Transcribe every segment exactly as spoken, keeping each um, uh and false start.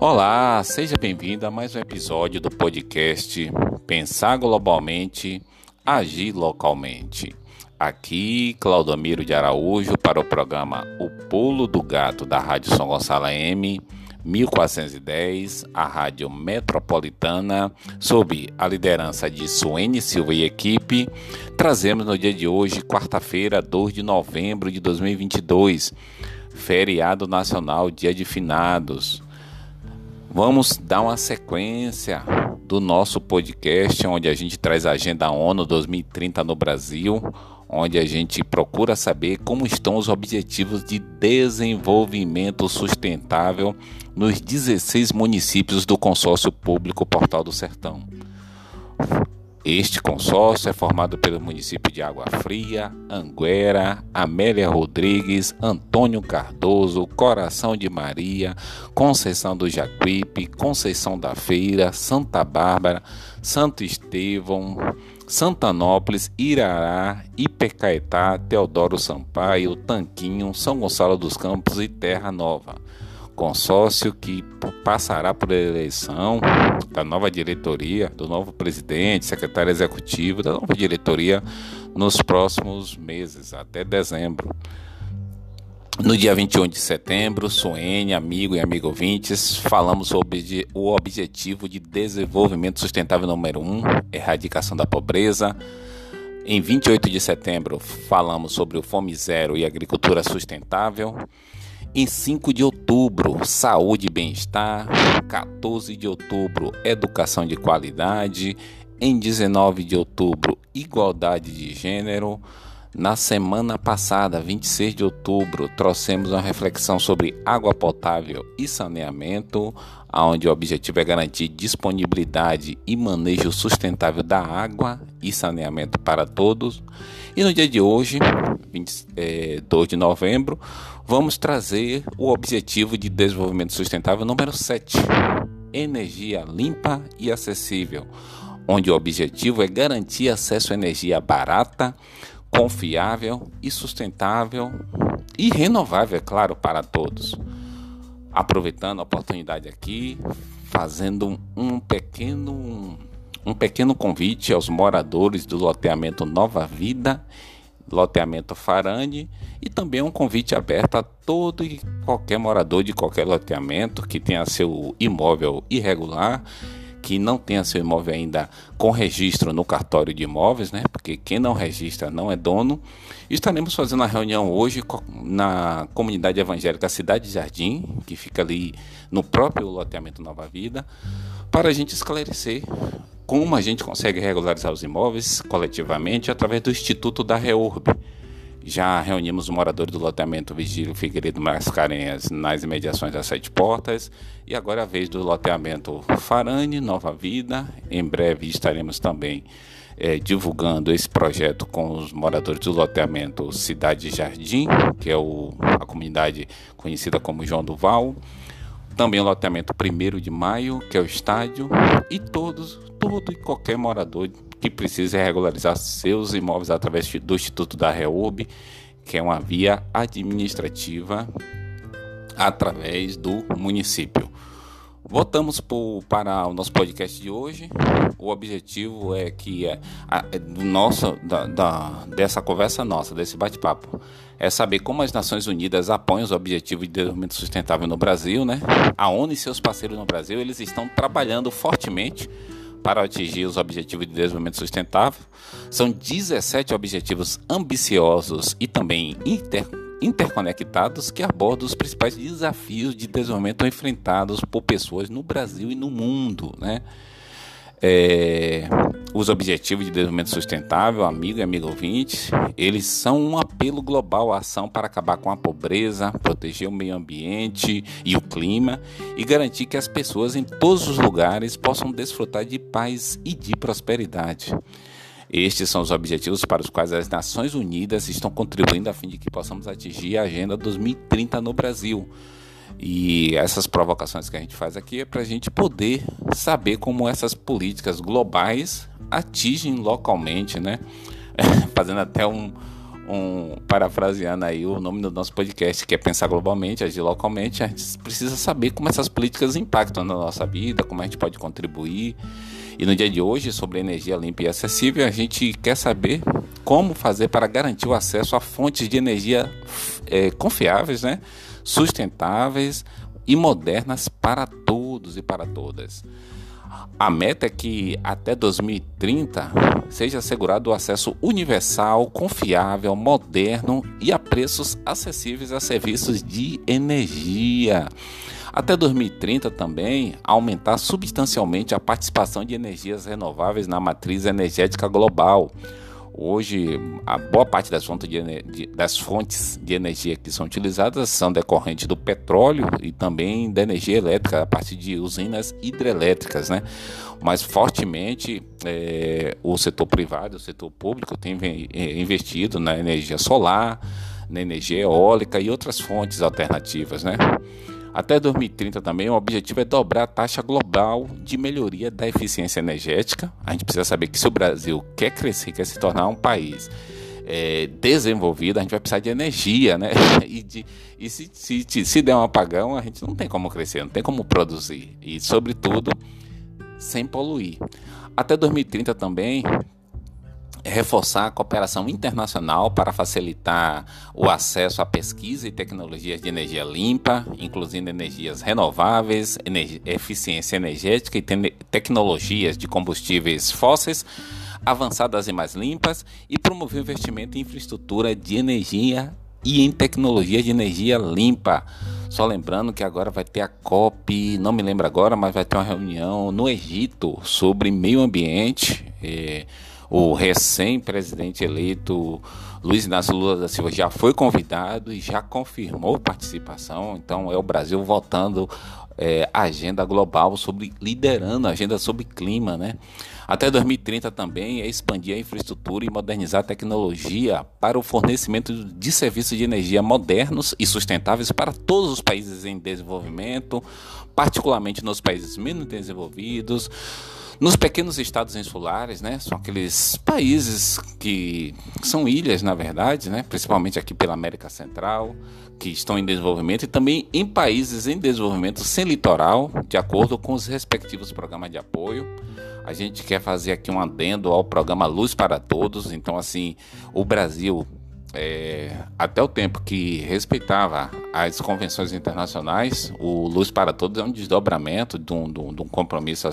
Olá, seja bem-vindo a mais um episódio do podcast Pensar Globalmente, Agir Localmente. Aqui, Claudomiro de Araújo para o programa O Pulo do Gato da Rádio São Gonçalo A M mil quatrocentos e dez, a Rádio Metropolitana, sob a liderança de Suene Silva e equipe. Trazemos no dia de hoje, quarta-feira, dois de novembro de dois mil e vinte e dois, feriado nacional, dia de finados. Vamos dar uma sequência do nosso podcast, onde a gente traz a Agenda ONU dois mil e trinta no Brasil, onde a gente procura saber como estão os objetivos de desenvolvimento sustentável nos dezesseis municípios do consórcio público Portal do Sertão. Este consórcio é formado pelo município de Água Fria, Anguera, Amélia Rodrigues, Antônio Cardoso, Coração de Maria, Conceição do Jacuípe, Conceição da Feira, Santa Bárbara, Santo Estevão, Santanópolis, Irará, Ipecaetá, Teodoro Sampaio, Tanquinho, São Gonçalo dos Campos e Terra Nova. Consórcio que passará por eleição da nova diretoria, do novo presidente, secretário executivo, da nova diretoria nos próximos meses, até dezembro. No dia vinte e um de setembro, Suene, amigo e amigo ouvintes, falamos sobre o objetivo de desenvolvimento sustentável número um, erradicação da pobreza. Em vinte e oito de setembro, falamos sobre o Fome Zero e agricultura sustentável. Em cinco de outubro, saúde e bem-estar. quatorze de outubro, educação de qualidade. Em dezenove de outubro, igualdade de gênero. Na semana passada, vinte e seis de outubro, trouxemos uma reflexão sobre água potável e saneamento, onde o objetivo é garantir disponibilidade e manejo sustentável da água e saneamento para todos. E no dia de hoje, vinte, é, dois de novembro, vamos trazer o objetivo de desenvolvimento sustentável número sete, energia limpa e acessível, onde o objetivo é garantir acesso à energia barata, confiável e sustentável e renovável, é claro, para todos. Aproveitando a oportunidade aqui, fazendo um pequeno, um pequeno convite aos moradores do loteamento Nova Vida, loteamento Farane, e também um convite aberto a todo e qualquer morador de qualquer loteamento que tenha seu imóvel irregular, que não tenha seu imóvel ainda com registro no cartório de imóveis, né? Porque quem não registra não é dono. Estaremos fazendo a reunião hoje na comunidade evangélica Cidade Jardim, que fica ali no próprio loteamento Nova Vida, para a gente esclarecer como a gente consegue regularizar os imóveis coletivamente através do Instituto da REURB. Já reunimos os moradores do loteamento Vigílio Figueiredo Mascarenhas nas imediações das Sete Portas, e agora é a vez do loteamento Farane, Nova Vida. Em breve estaremos também é, divulgando esse projeto com os moradores do loteamento Cidade Jardim, que é o, a comunidade conhecida como João do Val. Também o loteamento Primeiro de Maio, que é o estádio, e todos, todo e qualquer morador que precise regularizar seus imóveis através do Instituto da REURB, que é uma via administrativa através do município. Voltamos por, para o nosso podcast de hoje. O objetivo é que é, a, é do nosso, da, da, dessa conversa nossa, desse bate-papo, é saber como as Nações Unidas apoiam os Objetivos de Desenvolvimento Sustentável no Brasil, né? A ONU e seus parceiros no Brasil, eles estão trabalhando fortemente para atingir os Objetivos de Desenvolvimento Sustentável. São dezessete objetivos ambiciosos e também inter, interconectados que abordam os principais desafios de desenvolvimento enfrentados por pessoas no Brasil e no mundo, né? É, os Objetivos de Desenvolvimento Sustentável, amigo e amigo ouvinte, eles são um apelo global à ação para acabar com a pobreza, proteger o meio ambiente e o clima e garantir que as pessoas em todos os lugares possam desfrutar de paz e de prosperidade. Estes são os objetivos para os quais as Nações Unidas estão contribuindo a fim de que possamos atingir a Agenda dois mil e trinta no Brasil. E essas provocações que a gente faz aqui é para a gente poder saber como essas políticas globais atingem localmente, né? Fazendo até um, um, parafraseando aí o nome do nosso podcast, que é Pensar Globalmente, Agir Localmente, a gente precisa saber como essas políticas impactam na nossa vida, como a gente pode contribuir. E no dia de hoje, sobre energia limpa e acessível, a gente quer saber como fazer para garantir o acesso a fontes de energia é, confiáveis, né? Sustentáveis e modernas para todos e para todas. A meta é que até dois mil e trinta seja assegurado o acesso universal, confiável, moderno e a preços acessíveis a serviços de energia. Até dois mil e trinta também aumentar substancialmente a participação de energias renováveis na matriz energética global. Hoje, a boa parte das fontes de, de, das fontes de energia que são utilizadas são decorrentes do petróleo e também da energia elétrica, a partir de usinas hidrelétricas, né? Mas fortemente é, o setor privado, o setor público tem investido na energia solar, na energia eólica e outras fontes alternativas, né? Até dois mil e trinta também o objetivo é dobrar a taxa global de melhoria da eficiência energética. A gente precisa saber que se o Brasil quer crescer, quer se tornar um país é, desenvolvido, a gente vai precisar de energia, né? E, de, e se, se, se der um apagão, a gente não tem como crescer, não tem como produzir. E, sobretudo, sem poluir. Até dois mil e trinta também reforçar a cooperação internacional para facilitar o acesso à pesquisa e tecnologias de energia limpa, incluindo energias renováveis, energia, eficiência energética e te- tecnologias de combustíveis fósseis avançadas e mais limpas, e promover o investimento em infraestrutura de energia e em tecnologia de energia limpa. Só lembrando que agora vai ter a COP, não me lembro agora, mas vai ter uma reunião no Egito sobre meio ambiente. eh, O recém-presidente eleito Luiz Inácio Lula da Silva já foi convidado e já confirmou participação. Então é o Brasil votando é, a agenda global, sobre liderando a agenda sobre clima, né? Até dois mil e trinta também é expandir a infraestrutura e modernizar a tecnologia para o fornecimento de serviços de energia modernos e sustentáveis para todos os países em desenvolvimento, particularmente nos países menos desenvolvidos. Nos pequenos estados insulares, né, são aqueles países que são ilhas, na verdade, né, principalmente aqui pela América Central, que estão em desenvolvimento, e também em países em desenvolvimento sem litoral, de acordo com os respectivos programas de apoio. A gente quer fazer aqui um adendo ao programa Luz para Todos. Então, assim, o Brasil, É, até o tempo que respeitava as convenções internacionais, o Luz para Todos é um desdobramento de um, de um, de um compromisso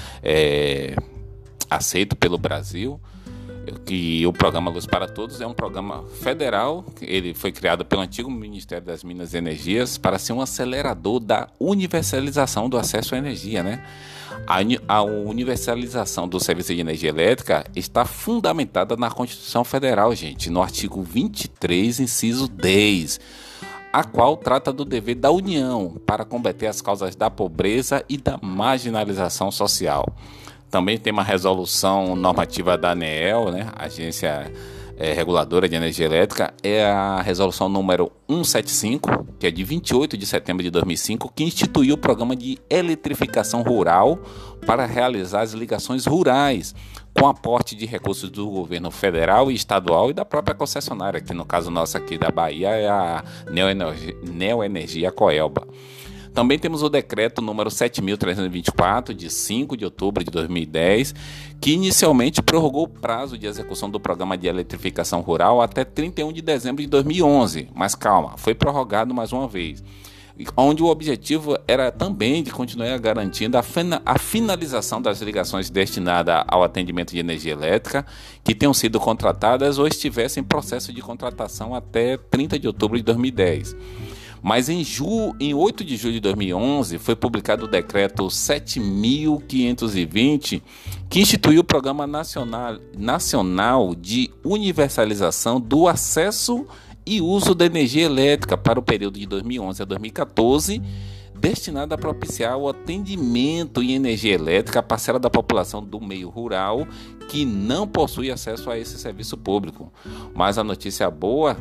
é, aceito pelo Brasil. Que o programa Luz para Todos é um programa federal. Ele foi criado pelo antigo Ministério das Minas e Energias para ser um acelerador da universalização do acesso à energia, né? A, a universalização do serviço de energia elétrica está fundamentada na Constituição Federal, gente, no artigo vinte e três, inciso dez, a qual trata do dever da União para combater as causas da pobreza e da marginalização social. Também tem uma resolução normativa da ANEEL, né, Agência é, Reguladora de Energia Elétrica, é a resolução número cento e setenta e cinco, que é de vinte e oito de setembro de dois mil e cinco, que instituiu o programa de eletrificação rural para realizar as ligações rurais, com aporte de recursos do governo federal e estadual e da própria concessionária, que no caso nosso aqui da Bahia é a Neoenergia, Neoenergia Coelba. Também temos o decreto número sete mil trezentos e vinte e quatro, de cinco de outubro de dois mil e dez, que inicialmente prorrogou o prazo de execução do programa de eletrificação rural até trinta e um de dezembro de dois mil e onze. Mas calma, foi prorrogado mais uma vez, onde o objetivo era também de continuar garantindo a, fina, a finalização das ligações destinadas ao atendimento de energia elétrica que tenham sido contratadas ou estivessem em processo de contratação até trinta de outubro de dois mil e dez. Mas em, ju, em oito de julho de dois mil e onze foi publicado o decreto sete mil quinhentos e vinte, que instituiu o Programa Nacional, Nacional de Universalização do Acesso e Uso da Energia Elétrica para o período de dois mil e onze a dois mil e quatorze, destinado a propiciar o atendimento em energia elétrica à parcela da população do meio rural que não possui acesso a esse serviço público. Mas a notícia boa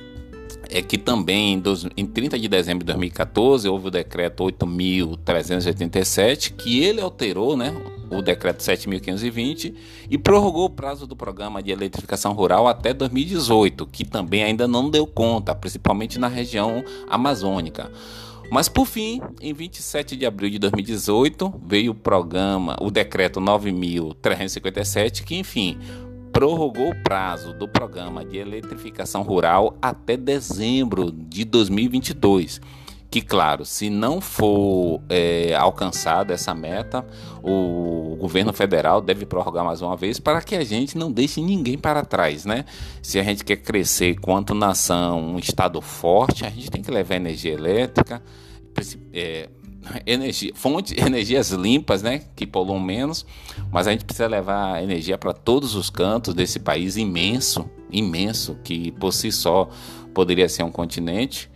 é que também em trinta de dezembro de dois mil e quatorze houve o decreto oito mil trezentos e oitenta e sete, que ele alterou, né, o decreto sete mil quinhentos e vinte e prorrogou o prazo do programa de eletrificação rural até dois mil e dezoito, que também ainda não deu conta, principalmente na região amazônica. Mas por fim, em vinte e sete de abril de dois mil e dezoito, veio o programa, o decreto nove mil trezentos e cinquenta e sete, que enfim prorrogou o prazo do programa de eletrificação rural até dezembro de dois mil e vinte e dois. Que, claro, se não for é, alcançada essa meta, o governo federal deve prorrogar mais uma vez para que a gente não deixe ninguém para trás, né? Se a gente quer crescer quanto nação, um estado forte, a gente tem que levar energia elétrica, é, energia, fonte, energias limpas, né? Que poluam menos, mas a gente precisa levar energia para todos os cantos desse país imenso, imenso, que por si só poderia ser um continente.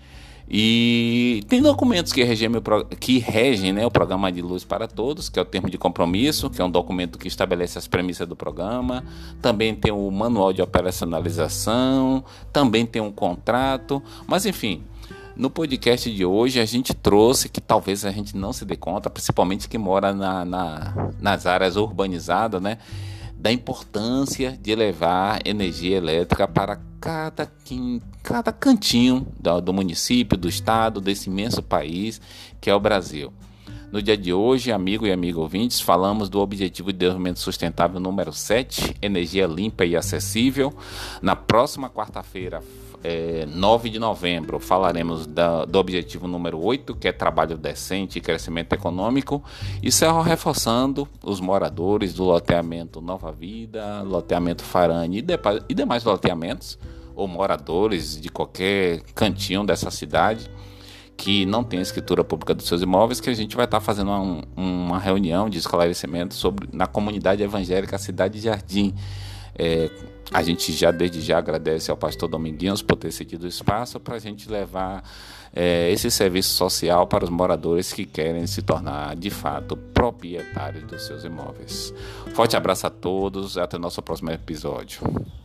E tem documentos que regem, que regem né, o Programa de Luz para Todos, que é o termo de compromisso, que é um documento que estabelece as premissas do programa. Também tem o manual de operacionalização, também tem um contrato. Mas enfim, no podcast de hoje a gente trouxe, que talvez a gente não se dê conta, principalmente que mora na, na, nas áreas urbanizadas, né? Da importância de levar energia elétrica para cada, cada cantinho do, do município, do estado, desse imenso país que é o Brasil. No dia de hoje, amigo e amigo ouvintes, falamos do Objetivo de Desenvolvimento Sustentável número sete, energia limpa e acessível. Na próxima quarta-feira, é, nove de novembro, falaremos da, do Objetivo número oito, que é trabalho decente e crescimento econômico. Isso é reforçando os moradores do loteamento Nova Vida, loteamento Farane e, de, e demais loteamentos, ou moradores de qualquer cantinho dessa cidade que não tem escritura pública dos seus imóveis, que a gente vai estar fazendo uma, uma reunião de esclarecimento sobre, na comunidade evangélica Cidade Jardim. É, a gente já, desde já, agradece ao pastor Dominguinhos por ter cedido o espaço para a gente levar é, esse serviço social para os moradores que querem se tornar, de fato, proprietários dos seus imóveis. Forte abraço a todos, até o nosso próximo episódio.